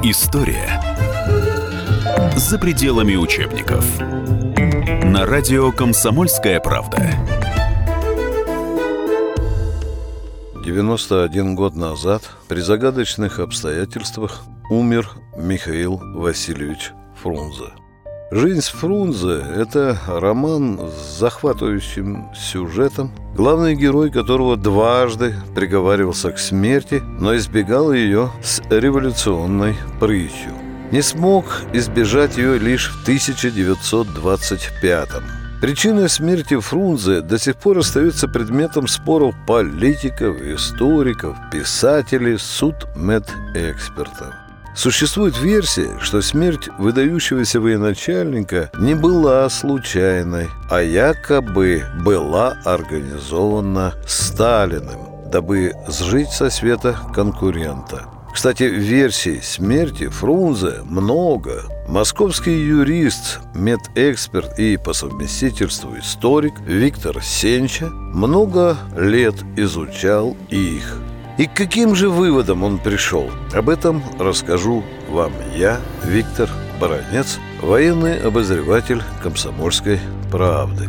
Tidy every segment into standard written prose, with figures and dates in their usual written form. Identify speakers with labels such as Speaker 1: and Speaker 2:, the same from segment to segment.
Speaker 1: История за пределами учебников. На радио «Комсомольская правда».
Speaker 2: 91 год назад при загадочных обстоятельствах умер Михаил Васильевич Фрунзе. «Жизнь Фрунзе» — это роман с захватывающим сюжетом, главный герой которого дважды приговаривался к смерти, но избегал ее с революционной прытью. Не смог избежать ее лишь в 1925-м. Причина смерти Фрунзе до сих пор остается предметом споров политиков, историков, писателей, судмедэкспертов. Существует версия, что смерть выдающегося военачальника не была случайной, а якобы была организована Сталиным, дабы сжить со света конкурента. Кстати, версий смерти Фрунзе много. Московский юрист, медэксперт и по совместительству историк Виктор Сенча много лет изучал их. И к каким же выводам он пришел? Об этом расскажу вам я, Виктор Баранец, военный обозреватель «Комсомольской правды».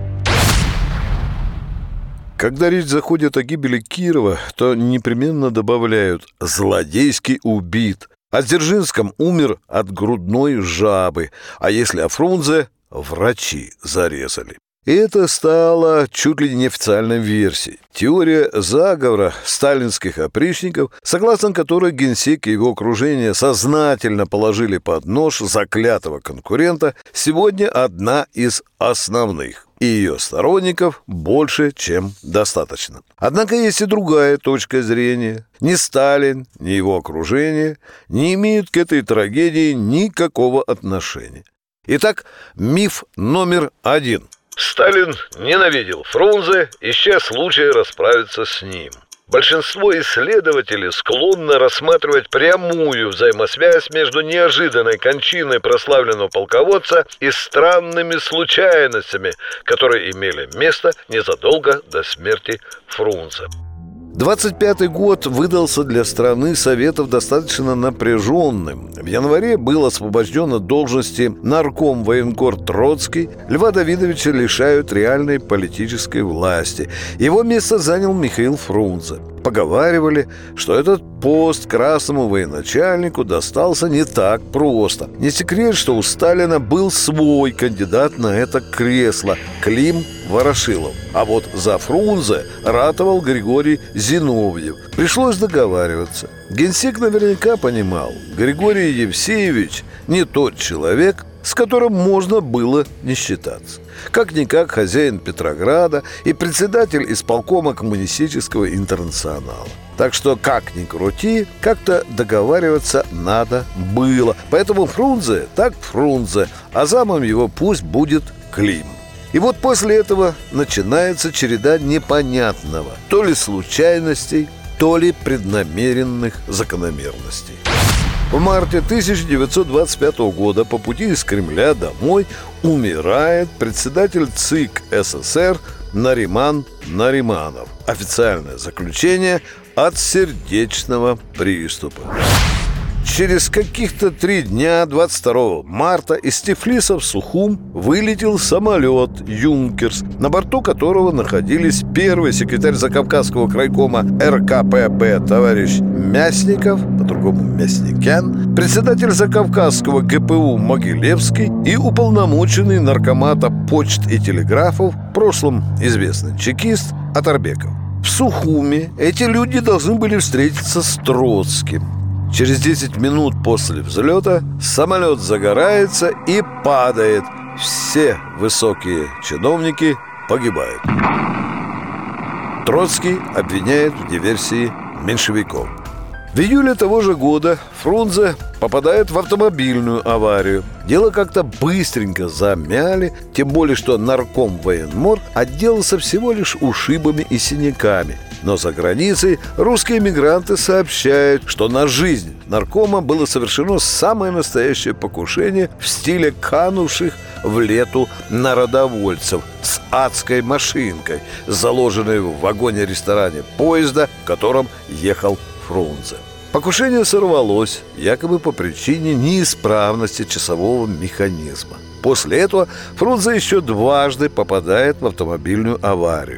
Speaker 2: Когда речь заходит о гибели Кирова, то непременно добавляют «злодейски убит», о Дзержинском умер от грудной жабы, а если о Фрунзе – врачи зарезали. И это стало чуть ли не официальной версией. Теория заговора сталинских опричников, согласно которой генсек и его окружение сознательно положили под нож заклятого конкурента, сегодня одна из основных. И ее сторонников больше, чем достаточно. Однако есть и другая точка зрения. Ни Сталин, ни его окружение не имеют к этой трагедии никакого отношения. Итак, миф номер 1. Сталин ненавидел Фрунзе, ища случая расправиться с ним. Большинство исследователей склонны рассматривать прямую взаимосвязь между неожиданной кончиной прославленного полководца и странными случайностями, которые имели место незадолго до смерти Фрунзе. 25-й год выдался для страны Советов достаточно напряженным. В январе был освобожден от должности нарком военкор Троцкий. Льва Давидовича лишают реальной политической власти. Его место занял Михаил Фрунзе. Поговаривали, что этот пост красному военачальнику достался не так просто. Не секрет, что у Сталина был свой кандидат на это кресло – Клим Ворошилов. А вот за Фрунзе ратовал Григорий Зиновьев. Пришлось договариваться. Генсек наверняка понимал, Григорий Евсеевич не тот человек, с которым можно было не считаться. Как-никак хозяин Петрограда и председатель исполкома Коммунистического интернационала. Так что, как ни крути, как-то договариваться надо было. Поэтому Фрунзе так Фрунзе, а замом его пусть будет Клим. И вот после этого начинается череда непонятного, то ли случайностей, то ли преднамеренных закономерностей. В марте 1925 года по пути из Кремля домой умирает председатель ЦИК СССР Нариман Нариманов. Официальное заключение – от сердечного приступа. Через каких-то 3 дня, 22 марта, из Тифлиса в Сухум вылетел самолет «Юнкерс», на борту которого находились первый секретарь Закавказского крайкома РКПБ товарищ Мясников, по-другому Мясникян, председатель Закавказского ГПУ Могилевский и уполномоченный наркомата почт и телеграфов, в прошлом известный чекист, Атарбеков. В Сухуме эти люди должны были встретиться с Троцким. Через 10 минут после взлета самолет загорается и падает. Все высокие чиновники погибают. Троцкий обвиняет в диверсии меньшевиков. В июле того же года Фрунзе попадает в автомобильную аварию. Дело как-то быстренько замяли, тем более что нарком военмор отделался всего лишь ушибами и синяками. Но за границей русские эмигранты сообщают, что на жизнь наркома было совершено самое настоящее покушение в стиле канувших в лету народовольцев с адской машинкой, заложенной в вагоне-ресторане поезда, в котором ехал Фрунзе. Покушение сорвалось, якобы по причине неисправности часового механизма. После этого Фрунзе еще дважды попадает в автомобильную аварию.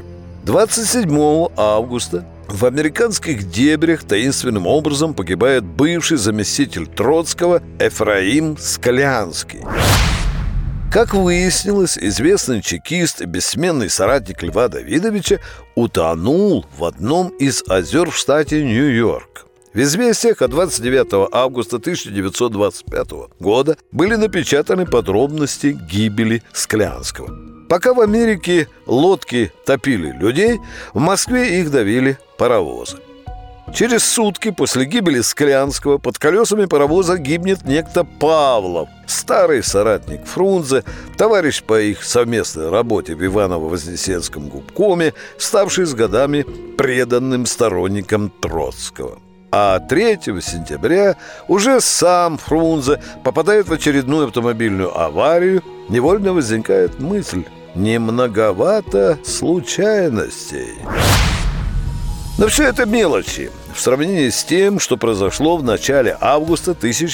Speaker 2: 27 августа в американских дебрях таинственным образом погибает бывший заместитель Троцкого Ефраим Склянский. Как выяснилось, известный чекист и бессменный соратник Льва Давидовича утонул в одном из озер в штате Нью-Йорк. В «Известиях» от 29 августа 1925 года были напечатаны подробности гибели Склянского. Пока в Америке лодки топили людей, в Москве их давили паровозы. Через сутки после гибели Склянского под колесами паровоза гибнет некто Павлов, старый соратник Фрунзе, товарищ по их совместной работе в Иваново-Вознесенском губкоме, ставший с годами преданным сторонником Троцкого. А 3 сентября уже сам Фрунзе попадает в очередную автомобильную аварию. Невольно возникает мысль: не многовато случайностей. Но все это мелочи в сравнении с тем, что произошло в начале августа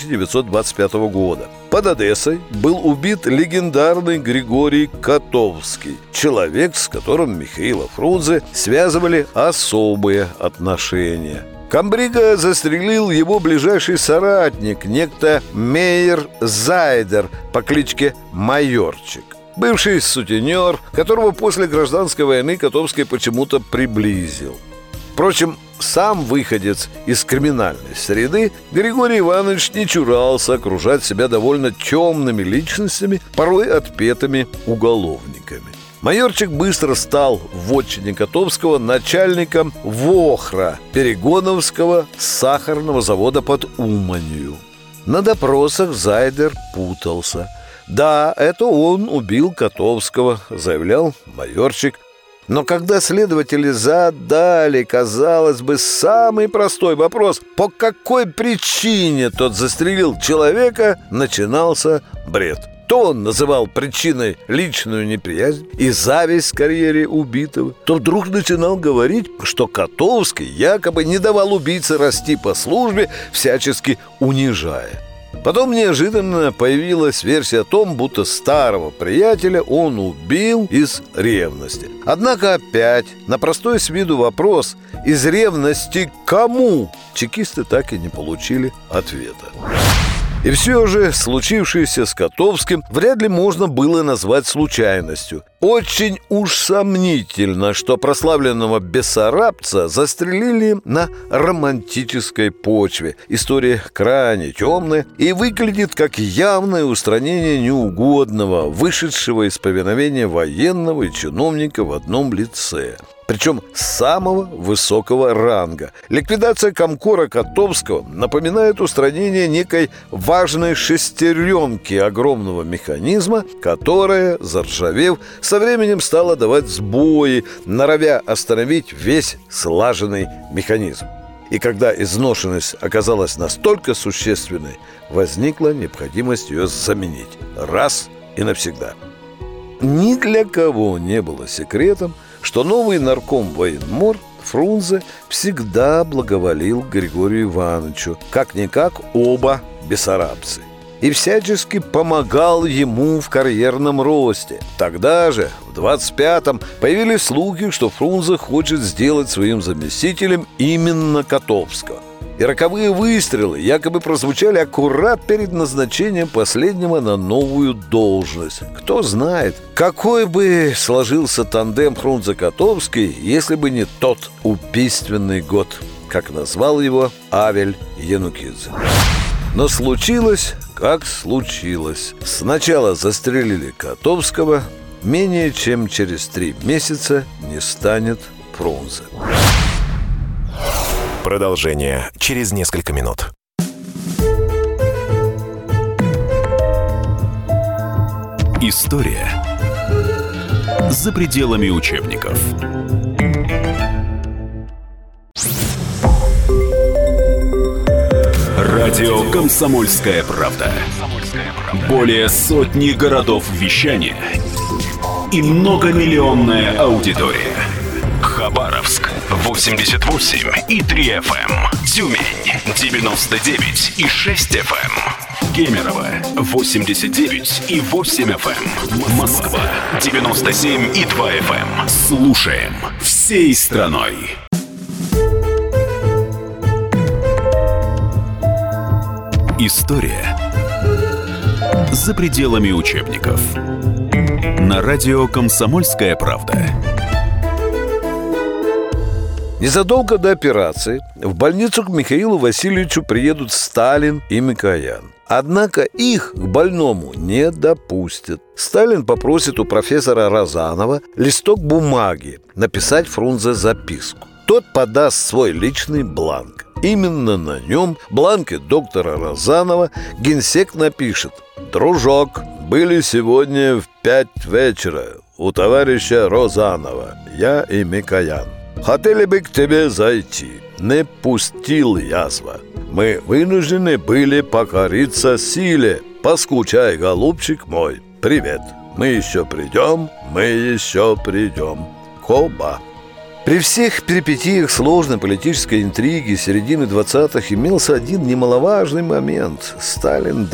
Speaker 2: 1925 года. Под Одессой был убит легендарный Григорий Котовский, человек, с которым Михаила Фрунзе связывали особые отношения. Комбрига застрелил его ближайший соратник, некто Мейер Зайдер по кличке Майорчик. Бывший сутенер, которого после гражданской войны Котовский почему-то приблизил. Впрочем, сам выходец из криминальной среды Григорий Иванович не чурался окружать себя довольно темными личностями, порой отпетыми уголовниками. Майорчик быстро стал в вотчине Котовского начальником ВОХРа, Перегоновского сахарного завода под Уманью. На допросах Зайдер путался. «Да, это он убил Котовского», — заявлял Майорчик. Но когда следователи задали, казалось бы, самый простой вопрос, по какой причине тот застрелил человека, начинался бред. То он называл причиной личную неприязнь и зависть к карьере убитого, то вдруг начинал говорить, что Котовский якобы не давал убийце расти по службе, всячески унижая. Потом неожиданно появилась версия о том, будто старого приятеля он убил из ревности. Однако опять на простой с виду вопрос: из ревности к кому? Чекисты так и не получили ответа. И все же случившееся с Котовским вряд ли можно было назвать случайностью. Очень уж сомнительно, что прославленного бессарабца застрелили на романтической почве. История крайне темная и выглядит как явное устранение неугодного, вышедшего из повиновения военного и чиновника в одном лице. Причем самого высокого ранга. Ликвидация комкора Котовского напоминает устранение некой важной шестеренки огромного механизма, которая, заржавев, со временем стала давать сбои, норовя остановить весь слаженный механизм. И когда изношенность оказалась настолько существенной, возникла необходимость ее заменить раз и навсегда. Ни для кого не было секретом, что новый нарком военмор Фрунзе всегда благоволил Григорию Ивановичу, как-никак оба бессарабцы, и всячески помогал ему в карьерном росте. Тогда же, в 25-м, появились слухи, что Фрунзе хочет сделать своим заместителем именно Котовского. И роковые выстрелы якобы прозвучали аккурат перед назначением последнего на новую должность. Кто знает, какой бы сложился тандем Фрунзе-Котовский, если бы не тот убийственный год, как назвал его Авель Янукидзе. Но случилось, как случилось. Сначала застрелили Котовского, менее чем через 3 месяца не станет Фрунзе.
Speaker 3: Продолжение через несколько минут.
Speaker 1: История за пределами учебников. Радио «Комсомольская правда». Более сотни городов вещания и многомиллионная аудитория. Хабаровск. 88,3 FM. Тюмень 99,6 FM. Кемерово 89,8 FM. Москва 97,2 FM. Слушаем всей страной. История за пределами учебников. На радио «Комсомольская правда».
Speaker 2: Незадолго до операции в больницу к Михаилу Васильевичу приедут Сталин и Микоян. Однако их к больному не допустят. Сталин попросит у профессора Розанова листок бумаги написать Фрунзе записку. Тот подаст свой личный бланк. Именно на нем, бланке доктора Розанова, генсек напишет: «Дружок, были сегодня в 5 вечера у товарища Розанова, я и Микоян. Хотели бы к тебе зайти, не пустил язва. Мы вынуждены были покориться силе. Поскучай, голубчик мой. Привет. Мы еще придем, мы еще придем. Коба». При всех перипетиях сложной политической интриги середины 20-х имелся один немаловажный момент. Сталин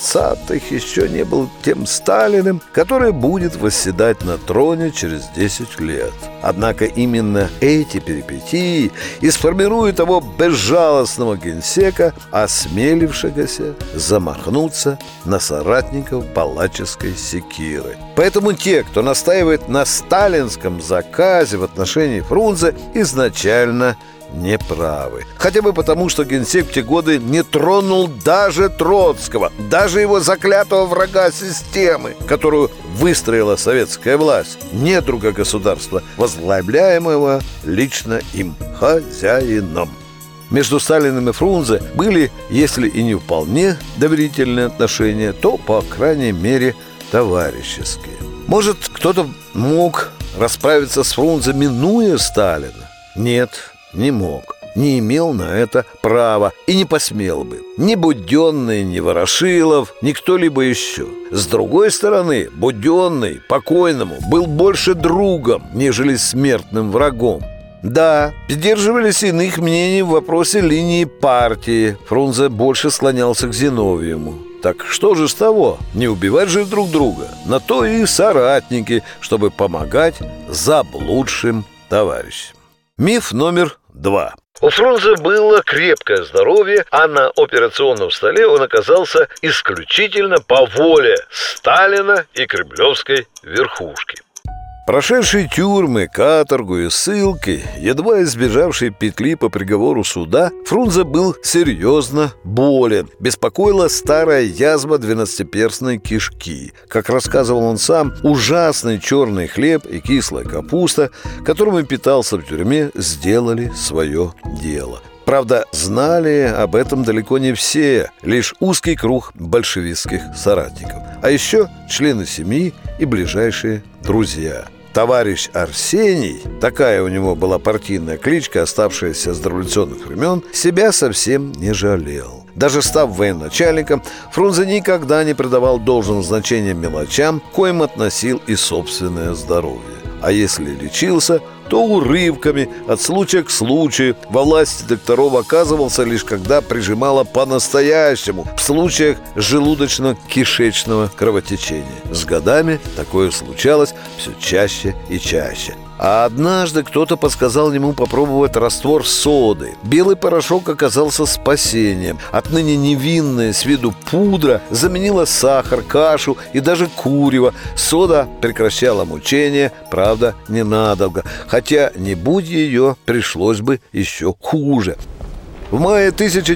Speaker 2: 20-х еще не был тем Сталиным, который будет восседать на троне через 10 лет. Однако именно эти перипетии и сформируют того безжалостного генсека, осмелившегося замахнуться на соратников палаческой секиры. Поэтому те, кто настаивает на сталинском заказе в отношении Фрунзе, изначально неправы. Хотя бы потому, что генсек в те годы не тронул даже Троцкого, даже его заклятого врага системы, которую выстроила советская власть, недруга государства, возглавляемого лично им, хозяином. Между Сталиным и Фрунзе были, если и не вполне доверительные отношения, то, по крайней мере, товарищеские. Может, кто-то мог расправиться с Фрунзе, минуя Сталина? Нет, не мог, не имел на это права и не посмел бы. Ни Буденный, ни Ворошилов, ни кто-либо еще. С другой стороны, Буденный покойному был больше другом, нежели смертным врагом. Да, придерживались иных мнений в вопросе линии партии. Фрунзе больше склонялся к Зиновьеву. Так что же с того? Не убивать же друг друга. На то и соратники, чтобы помогать заблудшим товарищам. Миф номер 2. У Фрунзе было крепкое здоровье, а на операционном столе он оказался исключительно по воле Сталина и кремлевской верхушки. Прошедший тюрьмы, каторгу и ссылки, едва избежавший петли по приговору суда, Фрунзе был серьезно болен. Беспокоила старая язва двенадцатиперстной кишки. Как рассказывал он сам, ужасный черный хлеб и кислая капуста, которыми питался в тюрьме, сделали свое дело. Правда, знали об этом далеко не все, лишь узкий круг большевистских соратников. А еще члены семьи и ближайшие друзья. Товарищ Арсений, такая у него была партийная кличка, оставшаяся с дореволюционных времен, себя совсем не жалел. Даже став военачальником, Фрунзе никогда не придавал должного значения мелочам, к коим относил и собственное здоровье. А если лечился, то урывками, от случая к случаю. Во власти докторов оказывался лишь когда прижимало по-настоящему, в случаях желудочно-кишечного кровотечения. С годами такое случалось все чаще и чаще. А однажды кто-то подсказал ему попробовать раствор соды. Белый порошок оказался спасением. Отныне невинная с виду пудра заменила сахар, кашу и даже курево. Сода прекращала мучения, правда, ненадолго. Хотя не будь ее, пришлось бы еще хуже. В мае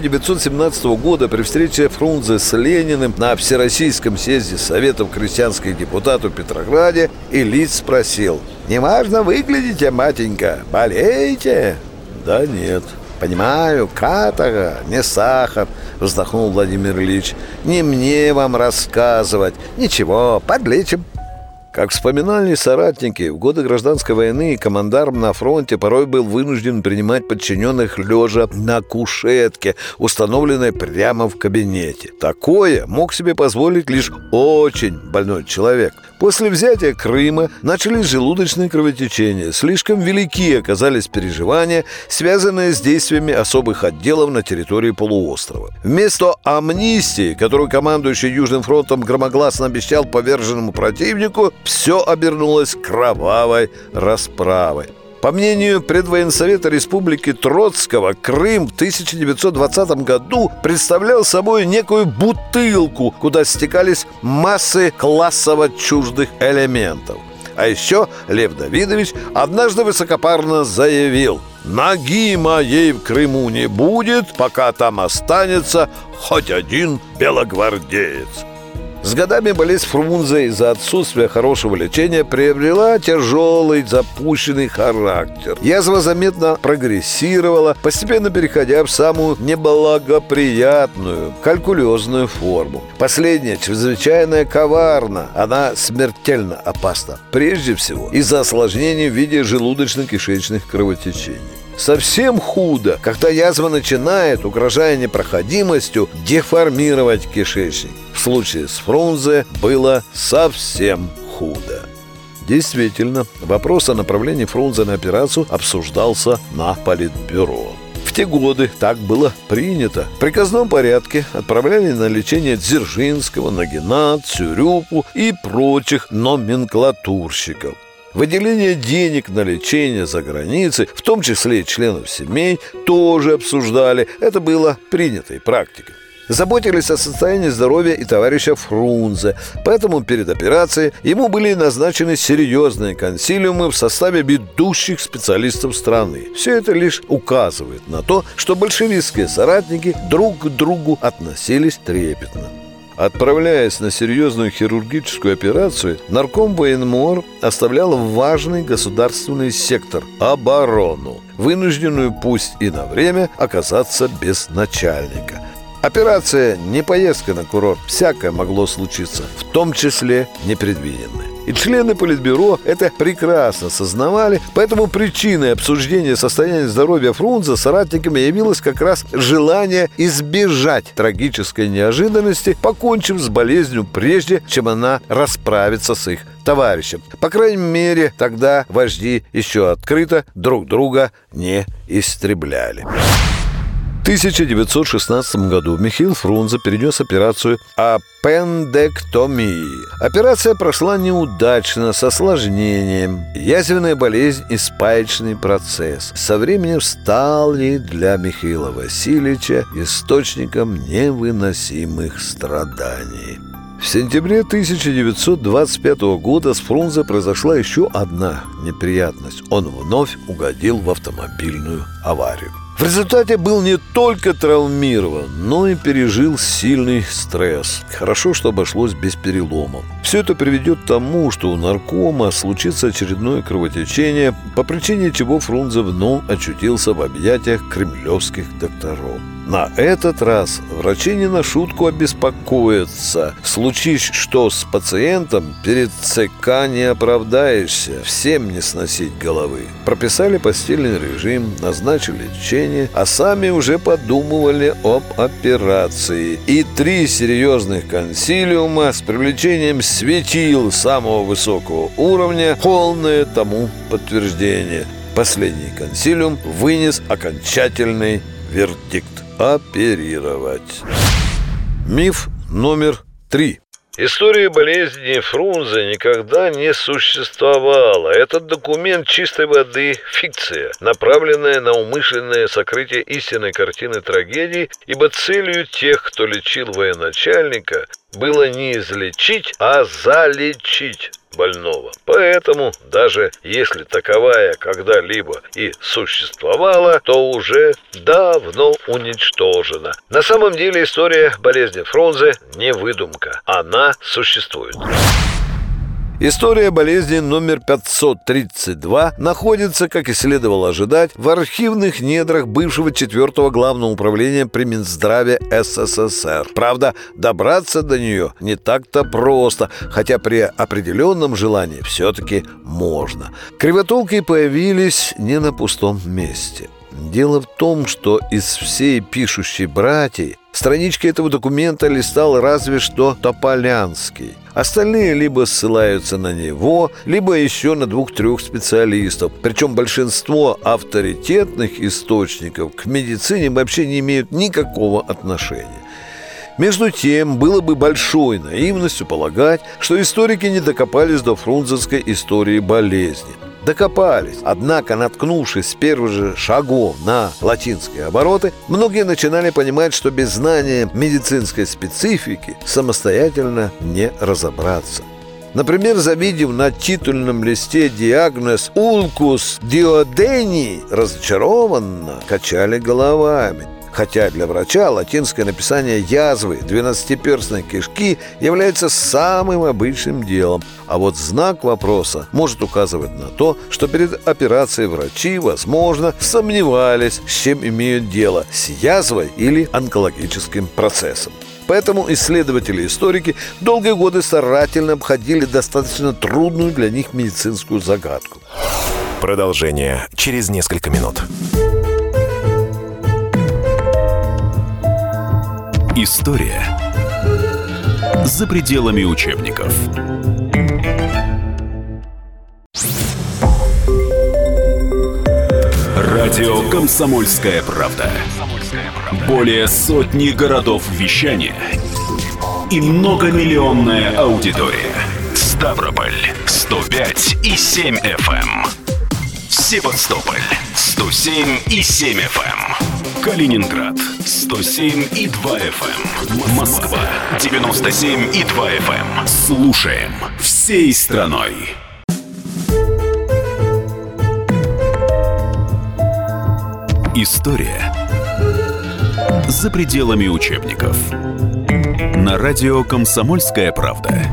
Speaker 2: 1917 года при встрече Фрунзе с Лениным на Всероссийском съезде Советов крестьянских депутатов в Петрограде Ильич спросил: «Неважно выглядите, матенька, болеете?» «Да нет». «Понимаю, каторга, не сахар», — вздохнул Владимир Ильич. «Не мне вам рассказывать. Ничего, подлечим». Как вспоминали соратники, в годы гражданской войны командарм на фронте порой был вынужден принимать подчиненных лежа на кушетке, установленной прямо в кабинете. Такое мог себе позволить лишь очень больной человек. После взятия Крыма начались желудочные кровотечения. Слишком велики оказались переживания, связанные с действиями особых отделов на территории полуострова. Вместо амнистии, которую командующий Южным фронтом громогласно обещал поверженному противнику, все обернулось кровавой расправой. По мнению предвоенсовета Республики Троцкого, Крым в 1920 году представлял собой некую бутылку, куда стекались массы классово чуждых элементов. А еще Лев Давидович однажды высокопарно заявил: «Ноги моей в Крыму не будет, пока там останется хоть один белогвардеец». С годами болезнь Фрунзе из-за отсутствия хорошего лечения приобрела тяжелый, запущенный характер. Язва заметно прогрессировала, постепенно переходя в самую неблагоприятную, калькулезную форму. Последняя чрезвычайно коварна, она смертельно опасна. Прежде всего, из-за осложнений в виде желудочно-кишечных кровотечений. Совсем худо, когда язва начинает, угрожая непроходимостью, деформировать кишечник. В случае с Фрунзе было совсем худо. Действительно, вопрос о направлении Фрунзе на операцию обсуждался на Политбюро. В те годы так было принято. В приказном порядке отправляли на лечение Дзержинского, Нагина, Цюрюпу и прочих номенклатурщиков. Выделение денег на лечение за границей, в том числе и членов семей, тоже обсуждали. Это было принятой практикой. Заботились о состоянии здоровья и товарища Фрунзе, поэтому перед операцией ему были назначены серьезные консилиумы в составе ведущих специалистов страны. Все это лишь указывает на то, что большевистские соратники друг к другу относились трепетно. Отправляясь на серьезную хирургическую операцию, нарком военмор оставлял важный государственный сектор – оборону, вынужденную пусть и на время оказаться без начальника. Операция не поездка на курорт, всякое могло случиться, в том числе непредвиденное. И члены Политбюро это прекрасно сознавали, поэтому причиной обсуждения состояния здоровья Фрунзе соратниками явилось как раз желание избежать трагической неожиданности, покончив с болезнью прежде, чем она расправится с их товарищем. По крайней мере, тогда вожди еще открыто друг друга не истребляли. В 1916 году Михаил Фрунзе перенес операцию аппендэктомии. Операция прошла неудачно, с осложнением. Язвенная болезнь и спаечный процесс со временем стали для Михаила Васильевича источником невыносимых страданий. В сентябре 1925 года с Фрунзе произошла еще одна неприятность. Он вновь угодил в автомобильную аварию. В результате был не только травмирован, но и пережил сильный стресс. Хорошо, что обошлось без переломов. Все это приведет к тому, что у наркома случится очередное кровотечение, по причине чего Фрунзе вновь очутился в объятиях кремлевских докторов. На этот раз врачи не на шутку обеспокоятся. Случись что с пациентом, перед ЦК не оправдаешься, всем не сносить головы. Прописали постельный режим, назначили лечение, а сами уже подумывали об операции. И 3 серьезных консилиума с привлечением светил самого высокого уровня – полное тому подтверждение. Последний консилиум вынес окончательный вердикт – оперировать. Миф номер 3. История болезни Фрунзе никогда не существовала. Этот документ чистой воды – фикция, направленная на умышленное сокрытие истинной картины трагедии, ибо целью тех, кто лечил военачальника, было не излечить, а залечить больного. Поэтому, даже если таковая когда-либо и существовала, то уже давно уничтожена. На самом деле история болезни Фрунзе не выдумка. Она существует. История болезни номер 532 находится, как и следовало ожидать, в архивных недрах бывшего 4-го главного управления при Минздраве СССР. Правда, добраться до нее не так-то просто, хотя при определенном желании все-таки можно. Кривотолки появились не на пустом месте. Дело в том, что из всей пишущей братьи странички этого документа листал разве что Тополянский. Остальные либо ссылаются на него, либо еще на 2-3 специалистов. Причем большинство авторитетных источников к медицине вообще не имеют никакого отношения. Между тем, было бы большой наивностью полагать, что историки не докопались до фрунзенской истории болезни. Докопались, однако, наткнувшись с первых же шагов на латинские обороты, многие начинали понимать, что без знания медицинской специфики самостоятельно не разобраться. Например, завидев на титульном листе диагноз «Улкус диодени», разочарованно качали головами. Хотя для врача латинское написание язвы двенадцатиперстной кишки является самым обычным делом. А вот знак вопроса может указывать на то, что перед операцией врачи, возможно, сомневались, с чем имеют дело – с язвой или онкологическим процессом. Поэтому исследователи и историки долгие годы старательно обходили достаточно трудную для них медицинскую загадку.
Speaker 3: Продолжение через несколько минут.
Speaker 1: История за пределами учебников. Радио «Комсомольская правда». Более сотни городов вещания и многомиллионная аудитория. Ставрополь 105,7 FM. Севастополь 107,7 FM. Калининград 107,2 FM. Москва 97,2 FM. Слушаем всей страной. История за пределами учебников. На радио «Комсомольская правда».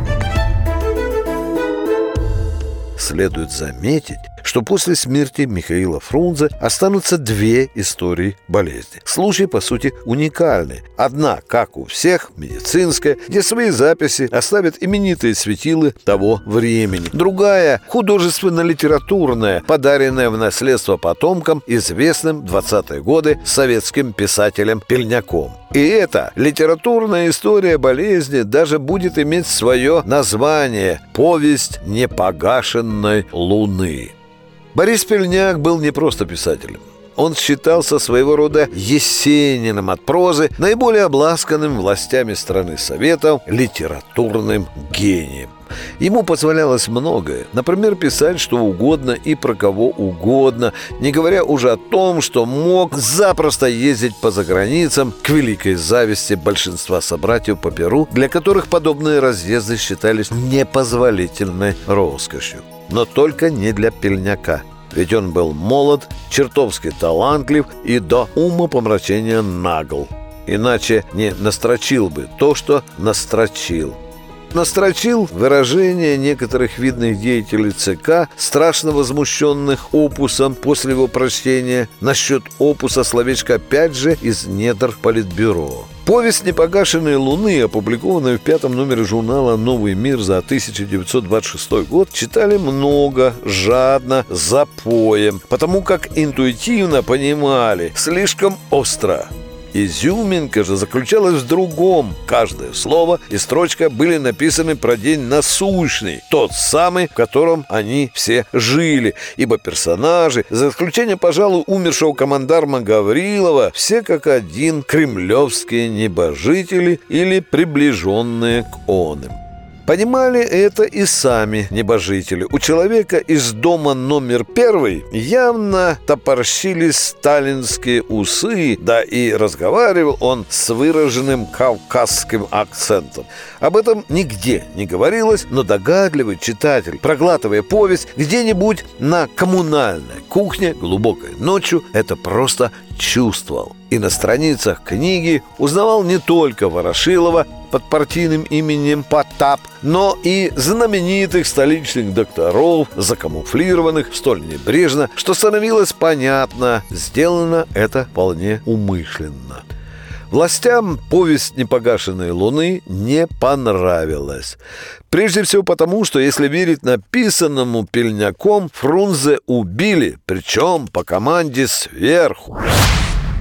Speaker 2: Следует заметить, что после смерти Михаила Фрунзе останутся 2 истории болезни. Случай, по сути, уникальный. Одна, как у всех, медицинская, где свои записи оставят именитые светилы того времени. Другая, художественно-литературная, подаренная в наследство потомкам известным в 20-е годы советским писателем Пельняком. И эта литературная история болезни даже будет иметь свое название «Повесть непогашенной луны». Борис Пельняк был не просто писателем. Он считался своего рода Есениным от прозы, наиболее обласканным властями страны Советов литературным гением. Ему позволялось многое, например, писать что угодно и про кого угодно, не говоря уже о том, что мог запросто ездить по заграницам к великой зависти большинства собратьев по перу, для которых подобные разъезды считались непозволительной роскошью. Но только не для Пельняка. Ведь он был молод, чертовски талантлив и до умопомрачения нагл. Иначе не настрочил бы то, что настрочил. Настрочил выражение некоторых видных деятелей ЦК, страшно возмущенных опусом после его прочтения. Насчет опуса словечко опять же из недр Политбюро. Повесть «Непогашенной луны», опубликованная в 5-м номере журнала «Новый мир» за 1926 год, читали много, жадно, запоем, потому как интуитивно понимали, слишком остро. Изюминка же заключалась в другом. Каждое слово и строчка были написаны про день насущный, тот самый, в котором они все жили, ибо персонажи, за исключением, пожалуй, умершего командарма Гаврилова, все как один кремлевские небожители или приближенные к оным. Понимали это и сами небожители. У человека из дома номер 1 явно топорщились сталинские усы, да и разговаривал он с выраженным кавказским акцентом. Об этом нигде не говорилось, но догадливый читатель, проглатывая повесть где-нибудь на коммунальной кухне глубокой ночью, это просто чувствовал. И на страницах книги узнавал не только Ворошилова под партийным именем Потап, но и знаменитых столичных докторов, закамуфлированных столь небрежно, что становилось понятно, сделано это вполне умышленно. Властям повесть «Непогашенной луны» не понравилась. Прежде всего потому, что, если верить написанному Пельняком, Фрунзе убили, причем по команде сверху.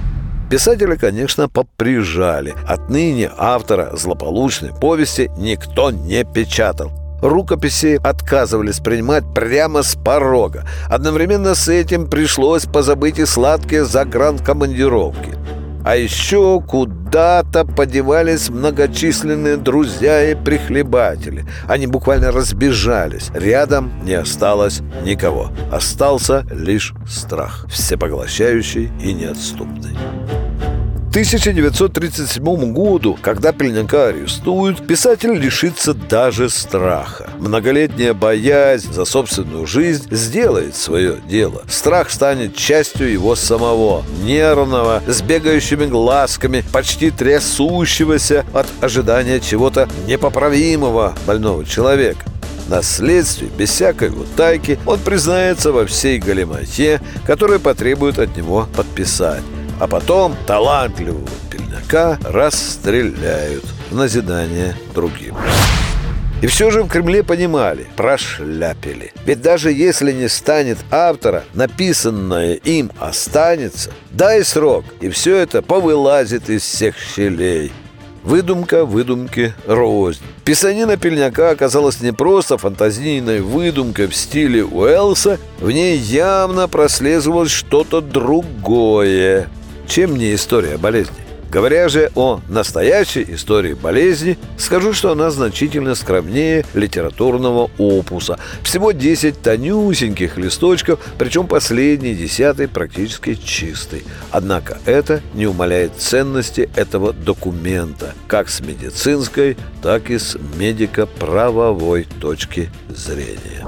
Speaker 2: Писателя, конечно, поприжали. Отныне автора злополучной повести никто не печатал. Рукописи отказывались принимать прямо с порога. Одновременно с этим пришлось позабыть и сладкие загранкомандировки. А еще куда-то подевались многочисленные друзья и прихлебатели. Они буквально разбежались. Рядом не осталось никого. Остался лишь страх, всепоглощающий и неотступный. К 1937 году, когда Пельняка арестуют, писатель лишится даже страха. Многолетняя боязнь за собственную жизнь сделает свое дело. Страх станет частью его самого, нервного, с бегающими глазками, почти трясущегося от ожидания чего-то непоправимого больного человека. На следствии, без всякой утайки, он признается во всей галиматье, которая потребует от него подписать. А потом талантливого Пельняка расстреляют в назидание другим. И все же в Кремле понимали, прошляпили. Ведь даже если не станет автора, написанное им останется. Дай срок, и все это повылазит из всех щелей. Выдумка выдумки рознь. Писанина Пельняка оказалась не просто фантазийной выдумкой в стиле Уэллса, в ней явно прослеживалось что-то другое. Чем не история болезни? Говоря же о настоящей истории болезни, скажу, что она значительно скромнее литературного опуса. Всего 10 тонюсеньких листочков, причем последний, 10-й, практически чистый. Однако это не умаляет ценности этого документа, как с медицинской, так и с медико-правовой точки зрения.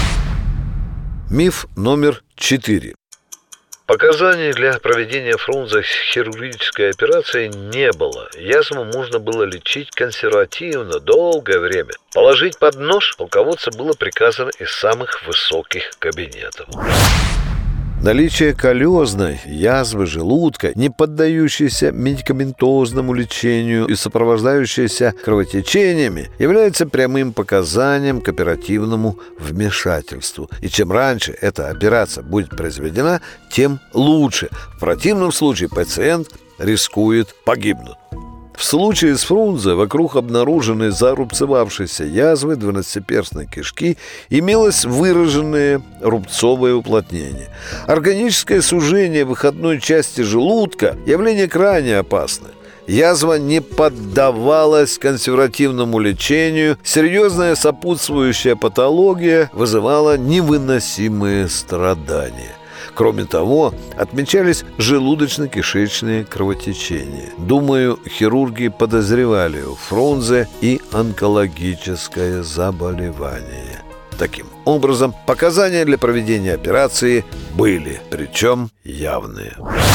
Speaker 2: Миф номер 4. Показаний для проведения Фрунзе хирургической операции не было. Язву можно было лечить консервативно, долгое время. Положить под нож полководцу было приказано из самых высоких кабинетов. Наличие колезной язвы желудка, не поддающейся медикаментозному лечению и сопровождающейся кровотечениями, является прямым показанием к оперативному вмешательству. И чем раньше эта операция будет произведена, тем лучше. В противном случае пациент рискует погибнуть. В случае с Фрунзе вокруг обнаруженной зарубцевавшейся язвы двенадцатиперстной кишки имелось выраженное рубцовое уплотнение. Органическое сужение выходной части желудка – явление крайне опасное. Язва не поддавалась консервативному лечению, серьезная сопутствующая патология вызывала невыносимые страдания. Кроме того, отмечались желудочно-кишечные кровотечения. Думаю, хирурги подозревали у Фрунзе и онкологическое заболевание. Таким образом, показания для проведения операции были, причем явные.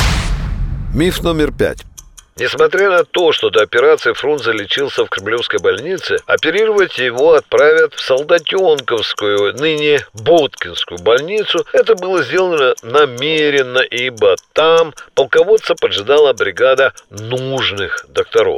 Speaker 2: Миф номер 5. Несмотря на то, что до операции Фрунзе лечился в Кремлевской больнице, оперировать его отправят в Солдатенковскую, ныне Боткинскую больницу. Это было сделано намеренно, ибо там полководца поджидала бригада нужных докторов.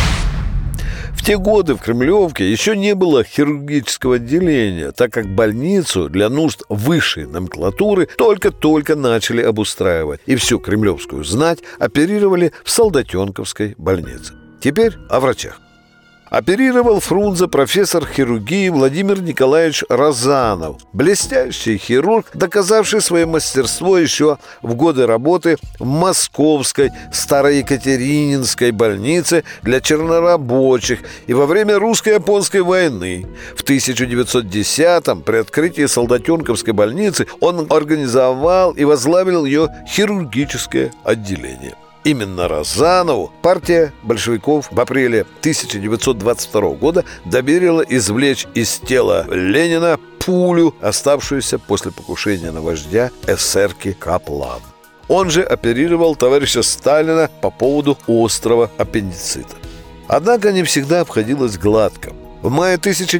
Speaker 2: В те годы в Кремлевке еще не было хирургического отделения, так как больницу для нужд высшей номенклатуры только-только начали обустраивать, и всю кремлевскую знать оперировали в Солдатенковской больнице. Теперь о врачах. Оперировал Фрунзе профессор хирургии Владимир Николаевич Розанов, блестящий хирург, доказавший свое мастерство еще в годы работы в Московской Староекатерининской больнице для чернорабочих и во время русско-японской войны. В 1910-м при открытии Солдатенковской больницы он организовал и возглавил ее хирургическое отделение. Именно Розанову партия большевиков в апреле 1922 года доверила извлечь из тела Ленина пулю, оставшуюся после покушения на вождя эсерки Каплан. Он же оперировал товарища Сталина по поводу острого аппендицита. Однако не всегда обходилось гладко. В мае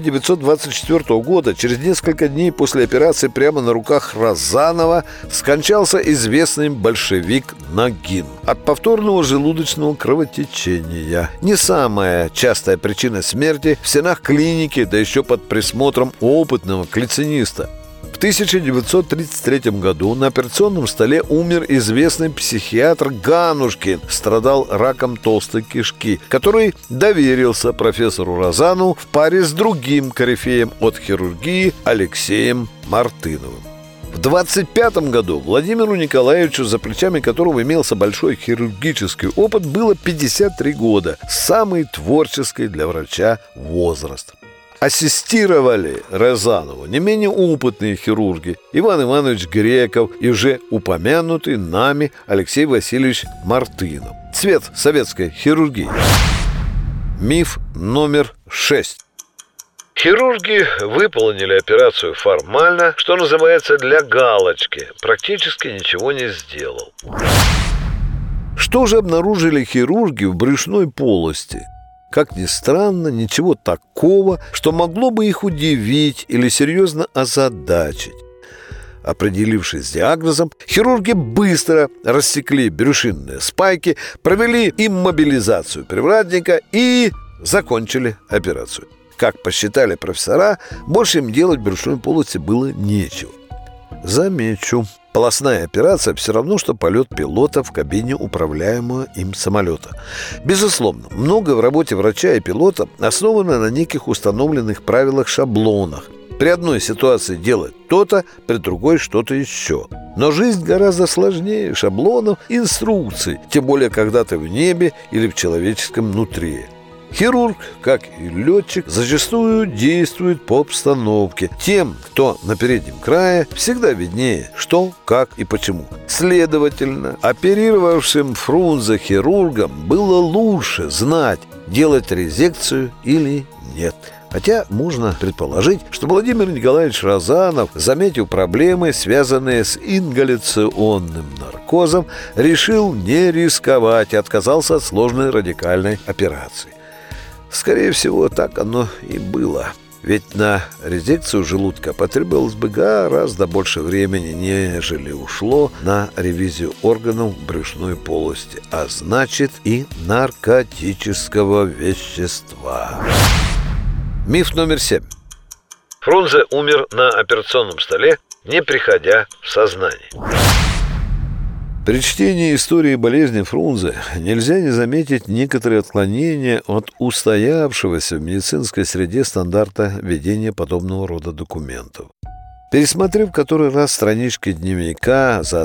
Speaker 2: 1924 года, через несколько дней после операции, прямо на руках Розанова скончался известный большевик Нагин от повторного желудочного кровотечения. Не самая частая причина смерти в стенах клиники, да еще под присмотром опытного клинициста. В 1933 году на операционном столе умер известный психиатр Ганушкин, страдал раком толстой кишки, который доверился профессору Розанову в паре с другим корифеем от хирургии Алексеем Мартыновым. В 1925 году Владимиру Николаевичу, за плечами которого имелся большой хирургический опыт, было 53 года, самый творческий для врача возраст. Ассистировали Розанову не менее опытные хирурги Иван Иванович Греков и уже упомянутый нами Алексей Васильевич Мартынов. Цвет советской хирургии. Миф номер 6. Хирурги выполнили операцию формально, что называется, для галочки. Практически ничего не сделал. Что же обнаружили хирурги в брюшной полости? Как ни странно, ничего такого, что могло бы их удивить или серьезно озадачить. Определившись с диагнозом, хирурги быстро рассекли брюшинные спайки, провели иммобилизацию привратника и закончили операцию. Как посчитали профессора, больше им делать в брюшной полости было нечего. Замечу, полостная операция все равно, что полет пилота в кабине управляемого им самолета. Безусловно, многое в работе врача и пилота основано на неких установленных правилах-шаблонах. При одной ситуации делать то-то, при другой что-то еще. Но жизнь гораздо сложнее шаблонов, инструкций, тем более когда ты в небе или в человеческом нутре. Хирург, как и летчик, зачастую действует по обстановке. Тем, кто на переднем крае, всегда виднее, что, как и почему. Следовательно, оперировавшим Фрунзе хирургам было лучше знать, делать резекцию или нет. Хотя можно предположить, что Владимир Николаевич Розанов, заметив проблемы, связанные с ингаляционным наркозом, решил не рисковать и отказался от сложной радикальной операции. Скорее всего, так оно и было. Ведь на резекцию желудка потребовалось бы гораздо больше времени, нежели ушло на ревизию органов брюшной полости, а значит и наркотического вещества. Миф номер 7. Фрунзе умер на операционном столе, не приходя в сознание. При чтении истории болезни Фрунзе нельзя не заметить некоторые отклонения от устоявшегося в медицинской среде стандарта ведения подобного рода документов. Пересмотрев который раз странички дневника за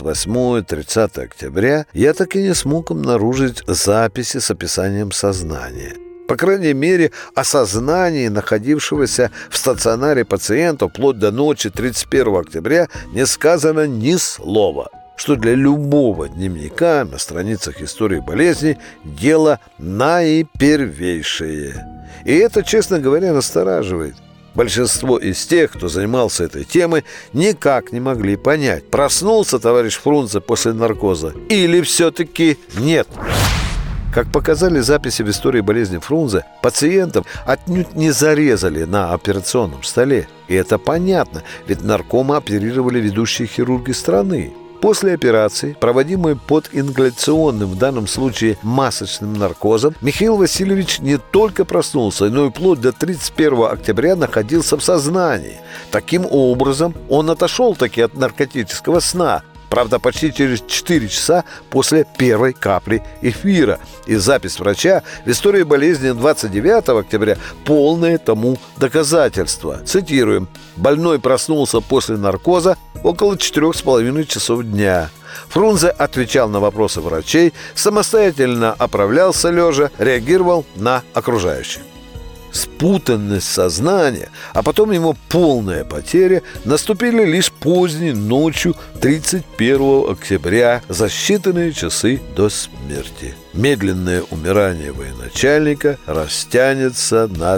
Speaker 2: 28-30 октября, я так и не смог обнаружить записи с описанием сознания. По крайней мере, о сознании находившегося в стационаре пациента вплоть до ночи 31 октября не сказано ни слова, что для любого дневника на страницах истории болезни дело наипервейшее. И это, честно говоря, настораживает. Большинство из тех, кто занимался этой темой, никак не могли понять, проснулся товарищ Фрунзе после наркоза или все-таки нет. Как показали записи в истории болезни Фрунзе, пациентов отнюдь не зарезали на операционном столе. И это понятно, ведь наркома оперировали ведущие хирурги страны. После операции, проводимой под ингаляционным, в данном случае масочным наркозом, Михаил Васильевич не только проснулся, но и вплоть до 31 октября находился в сознании. Таким образом, он отошел таки от наркотического сна. Правда, почти через 4 часа после первой капли эфира. И запись врача в истории болезни 29 октября полное тому доказательство. Цитируем. «Больной проснулся после наркоза около 4,5 часов дня. Фрунзе отвечал на вопросы врачей, самостоятельно оправлялся лежа, реагировал на окружающих». Спутанность сознания, а потом его полная потеря наступили лишь поздней ночью 31 октября, за считанные часы до смерти. Медленное умирание военачальника растянется на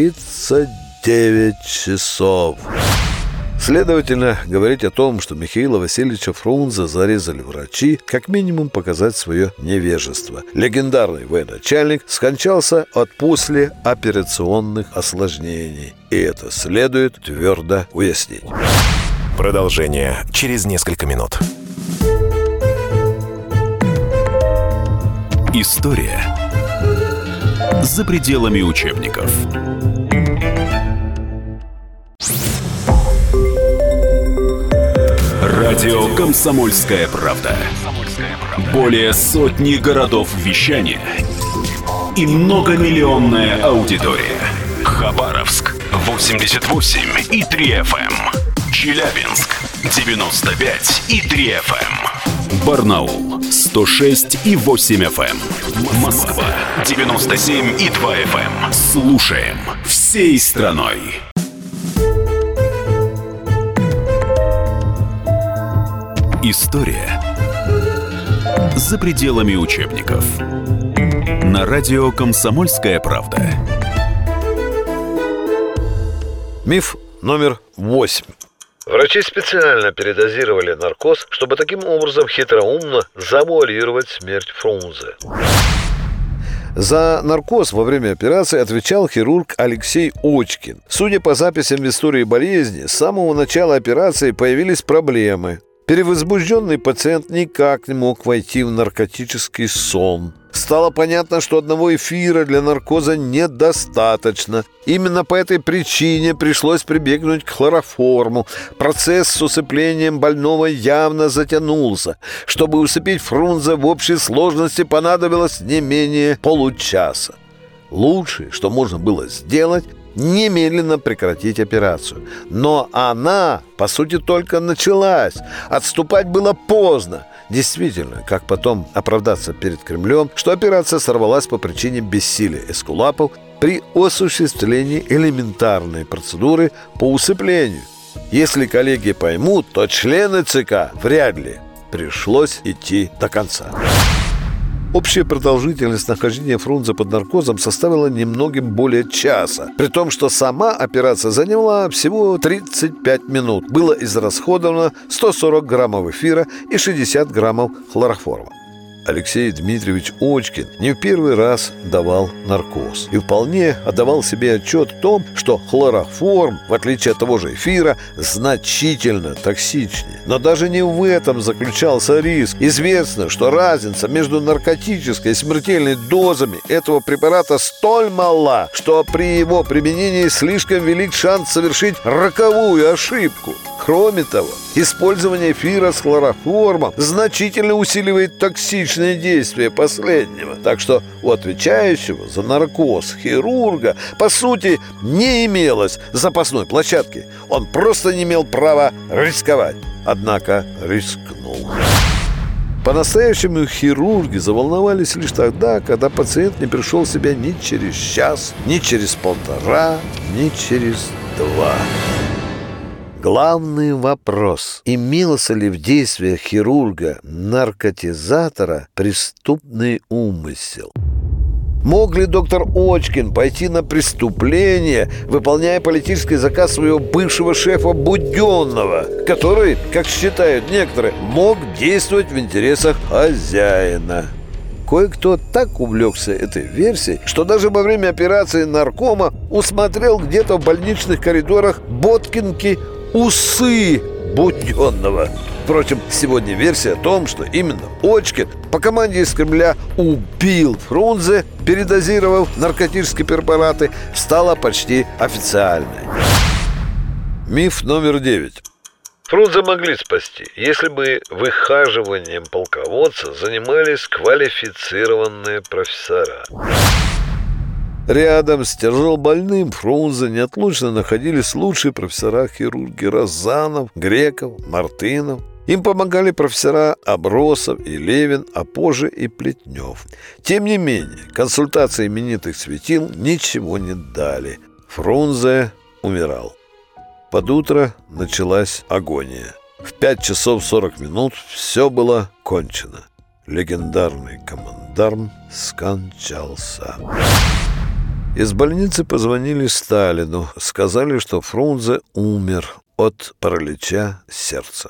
Speaker 2: 39 часов. Следовательно, говорить о том, что Михаила Васильевича Фрунзе зарезали врачи, как минимум показать свое невежество. Легендарный военачальник скончался от послеоперационных осложнений. И это следует твердо уяснить.
Speaker 3: Продолжение через несколько минут.
Speaker 1: История за пределами учебников. Радио «Комсомольская правда». Более сотни городов вещания и многомиллионная аудитория. Хабаровск 88,3 FM. Челябинск 95,3 FM. Барнаул 106,8 FM. Москва 97,2 FM. Слушаем всей страной. История за пределами учебников. На радио «Комсомольская правда».
Speaker 2: Миф номер 8. Врачи специально передозировали наркоз, чтобы таким образом хитроумно завуалировать смерть Фрунзе. За наркоз во время операции отвечал хирург Алексей Очкин. Судя по записям в истории болезни, с самого начала операции появились проблемы. Перевозбужденный пациент никак не мог войти в наркотический сон. Стало понятно, что одного эфира для наркоза недостаточно. Именно по этой причине пришлось прибегнуть к хлороформу. Процесс с усыплением больного явно затянулся. Чтобы усыпить Фрунзе, в общей сложности понадобилось не менее получаса. Лучшее, что можно было сделать, немедленно прекратить операцию. Но она, по сути, только началась. Отступать было поздно. Действительно, как потом оправдаться перед Кремлем, что операция сорвалась по причине бессилия эскулапов при осуществлении элементарной процедуры по усыплению. Если коллеги поймут, то члены ЦК вряд ли. Пришлось идти до конца. Общая продолжительность нахождения Фрунзе под наркозом составила немногим более часа, при том, что сама операция заняла всего 35 минут. Было израсходовано 140 граммов эфира и 60 граммов хлороформа. Алексей Дмитриевич Очкин не в первый раз давал наркоз и вполне отдавал себе отчет в том, что хлороформ, в отличие от того же эфира, значительно токсичнее. Но даже не в этом заключался риск. Известно, что разница между наркотической и смертельной дозами этого препарата столь мала, что при его применении слишком велик шанс совершить роковую ошибку. Кроме того, использование эфира с хлороформом значительно усиливает токсичное действие последнего. Так что у отвечающего за наркоз хирурга, по сути, не имелось запасной площадки. Он просто не имел права рисковать. Однако рискнул. По-настоящему хирурги заволновались лишь тогда, когда пациент не пришел в себя ни через час, ни через полтора, ни через 2. Главный вопрос: имелся ли в действиях хирурга-наркотизатора преступный умысел? Мог ли доктор Очкин пойти на преступление, выполняя политический заказ своего бывшего шефа Буденного, который, как считают некоторые, мог действовать в интересах хозяина? Кое-кто так увлекся этой версией, что даже во время операции наркома усмотрел где-то в больничных коридорах Боткинки усы Буденного. Впрочем, сегодня версия о том, что именно Очкин по команде из Кремля убил Фрунзе, передозировав наркотические препараты, стала почти официальной. Миф номер 9. Фрунзе могли спасти, если бы выхаживанием полководца занимались квалифицированные профессора. Рядом с тяжелобольным Фрунзе неотлучно находились лучшие профессора-хирурги Розанов, Греков, Мартынов. Им помогали профессора Абросов и Левин, а позже и Плетнев. Тем не менее, консультации именитых светил ничего не дали. Фрунзе умирал. Под утро началась агония. В 5 часов 40 минут все было кончено. Легендарный командарм скончался. Из больницы позвонили Сталину. Сказали, что Фрунзе умер от паралича сердца.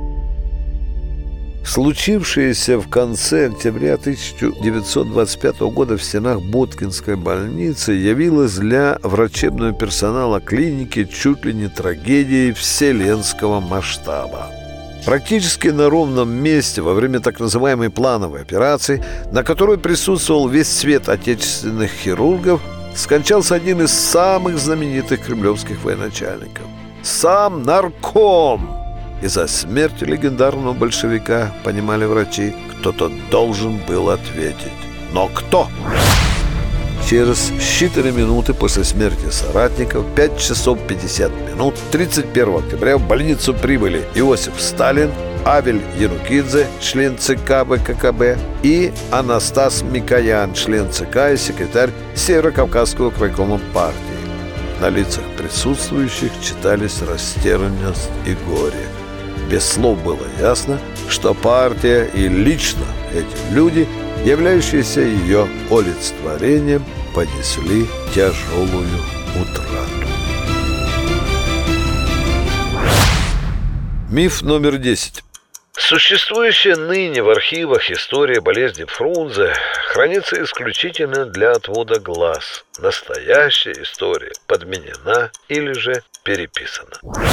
Speaker 2: Случившееся в конце октября 1925 года в стенах Боткинской больницы явилось для врачебного персонала клиники чуть ли не трагедией вселенского масштаба. Практически на ровном месте во время так называемой плановой операции, на которой присутствовал весь свет отечественных хирургов, скончался один из самых знаменитых кремлевских военачальников. Сам нарком. И за смерть легендарного большевика, понимали врачи, кто-то должен был ответить. Но кто? Через считанные минуты после смерти соратников, 5 часов 50 минут, 31 октября в больницу прибыли Иосиф Сталин, Авель Янукидзе, член ЦК ВККБ, и Анастас Микоян, член ЦК и секретарь Северокавказского крайкома партии. На лицах присутствующих читались растерянность и горе. Без слов было ясно, что партия и лично эти люди, являющиеся ее олицетворением, понесли тяжелую утрату. Миф номер 10. Существующая ныне в архивах история болезни Фрунзе хранится исключительно для отвода глаз. Настоящая история подменена или же переписана.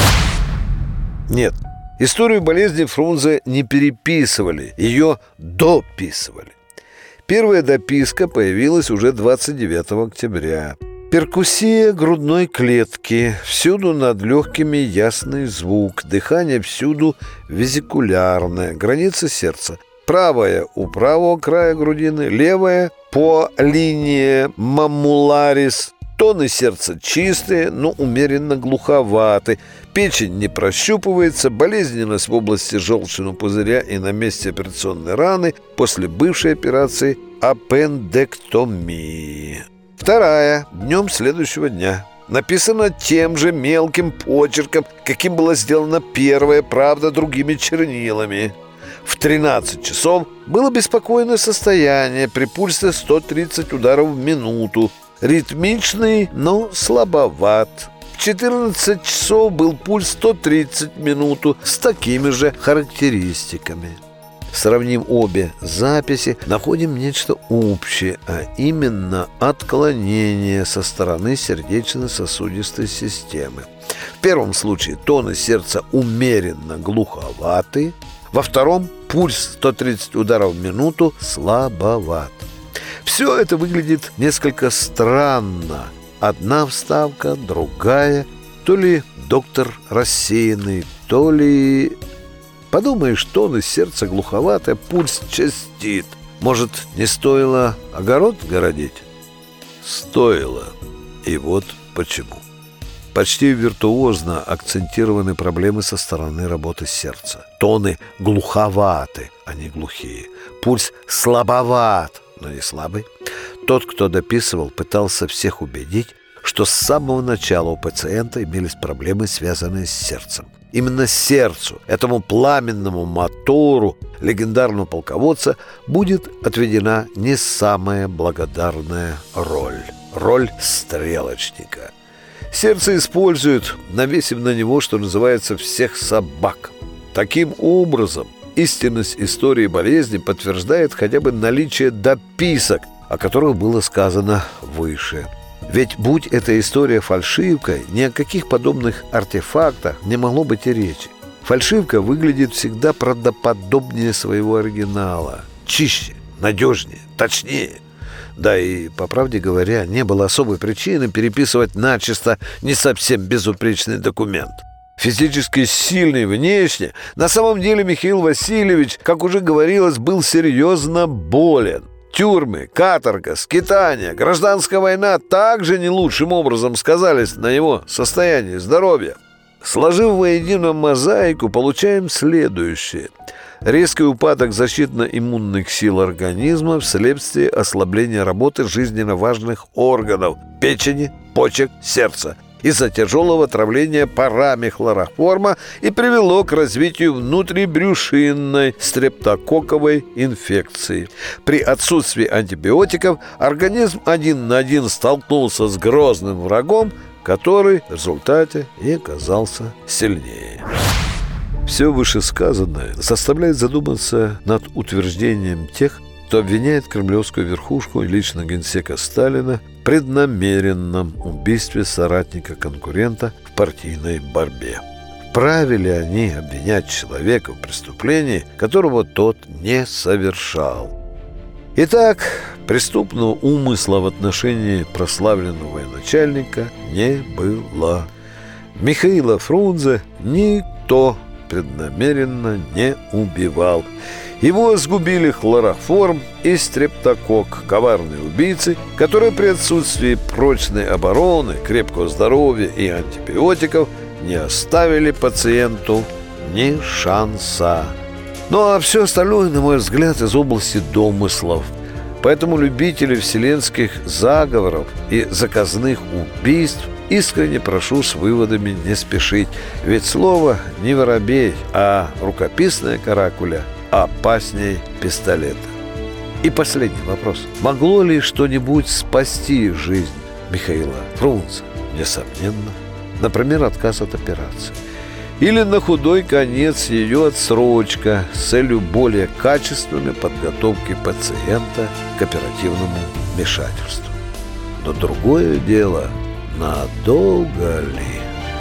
Speaker 2: Нет, историю болезни Фрунзе не переписывали, ее дописывали. Первая дописка появилась уже 29 октября. Перкуссия грудной клетки, всюду над легкими ясный звук, дыхание всюду везикулярное, граница сердца. Правая у правого края грудины, левая по линии маммуларис. Тоны сердца чистые, но умеренно глуховаты. Печень не прощупывается, болезненность в области желчного пузыря и на месте операционной раны после бывшей операции аппендэктомии. Вторая, днем следующего дня. Написано тем же мелким почерком, каким была сделана первая, правда, другими чернилами. В 13 часов было беспокойное состояние при пульсе 130 ударов в минуту. Ритмичный, но слабоват. В 14 часов был пульс 130 в минуту с такими же характеристиками. Сравним обе записи, находим нечто общее, а именно отклонение со стороны сердечно-сосудистой системы. В первом случае тоны сердца умеренно глуховаты, во втором пульс 130 ударов в минуту слабоват. Все это выглядит несколько странно. Одна вставка, другая. То ли доктор рассеянный, то ли... Подумаешь, тоны сердца глуховатое, пульс частит. Может, не стоило огород городить? Стоило. И вот почему. Почти виртуозно акцентированы проблемы со стороны работы сердца. Тоны глуховаты, а не глухие. Пульс слабоват, но не слабый. Тот, кто дописывал, пытался всех убедить, что с самого начала у пациента имелись проблемы, связанные с сердцем. Именно сердцу, этому пламенному мотору легендарного полководца, будет отведена не самая благодарная роль. Роль стрелочника. Сердце используют, навесив на него, что называется, всех собак. Таким образом, истинность истории болезни подтверждает хотя бы наличие дописок, о которых было сказано выше. Ведь, будь эта история фальшивкой, ни о каких подобных артефактах не могло быть и речи. Фальшивка выглядит всегда правдоподобнее своего оригинала. Чище, надежнее, точнее. Да и, по правде говоря, не было особой причины переписывать начисто не совсем безупречный документ. Физически сильный внешне, на самом деле Михаил Васильевич, как уже говорилось, был серьезно болен. Тюрьмы, каторга, скитания, гражданская война также не лучшим образом сказались на его состоянии здоровья. Сложив воедино мозаику, получаем следующее. Резкий упадок защитно-иммунных сил организма вследствие ослабления работы жизненно важных органов – печени, почек, сердца – из-за тяжелого отравления парами хлороформа и привело к развитию внутрибрюшинной стрептококковой инфекции. При отсутствии антибиотиков организм один на один столкнулся с грозным врагом, который в результате и оказался сильнее. Все вышесказанное заставляет задуматься над утверждением тех, кто обвиняет кремлевскую верхушку и лично генсека Сталина в преднамеренном убийстве соратника-конкурента в партийной борьбе. Вправе ли они обвинять человека в преступлении, которого тот не совершал? Итак, преступного умысла в отношении прославленного военачальника не было. Михаила Фрунзе никто преднамеренно не убивал. Его сгубили хлороформ и стрептокок, коварные убийцы, которые при отсутствии прочной обороны, крепкого здоровья и антибиотиков не оставили пациенту ни шанса. Ну а все остальное, на мой взгляд, из области домыслов. Поэтому любители вселенских заговоров и заказных убийств искренне прошу с выводами не спешить. Ведь слово не воробей, а рукописная каракуля опасней пистолета. И последний вопрос. Могло ли что-нибудь спасти жизнь Михаила Фрунзе? Несомненно. Например, отказ от операции. Или на худой конец ее отсрочка с целью более качественной подготовки пациента к оперативному вмешательству. Но другое дело, надолго ли?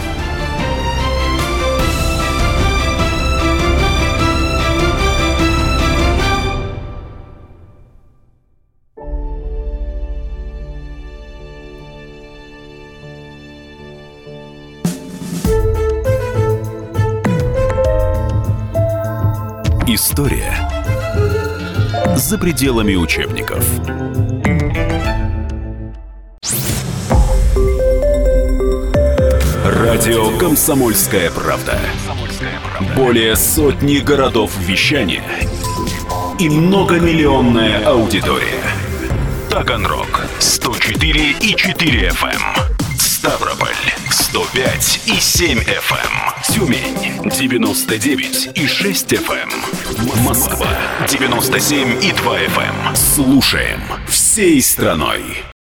Speaker 1: История за пределами учебников. Радио «Комсомольская правда». Более сотни городов вещания и многомиллионная аудитория. Таганрог 104,4 FM. Ставрополь 105,7 FM. Тюмень 99,6 FM. Москва 97,2 FM. Слушаем всей страной.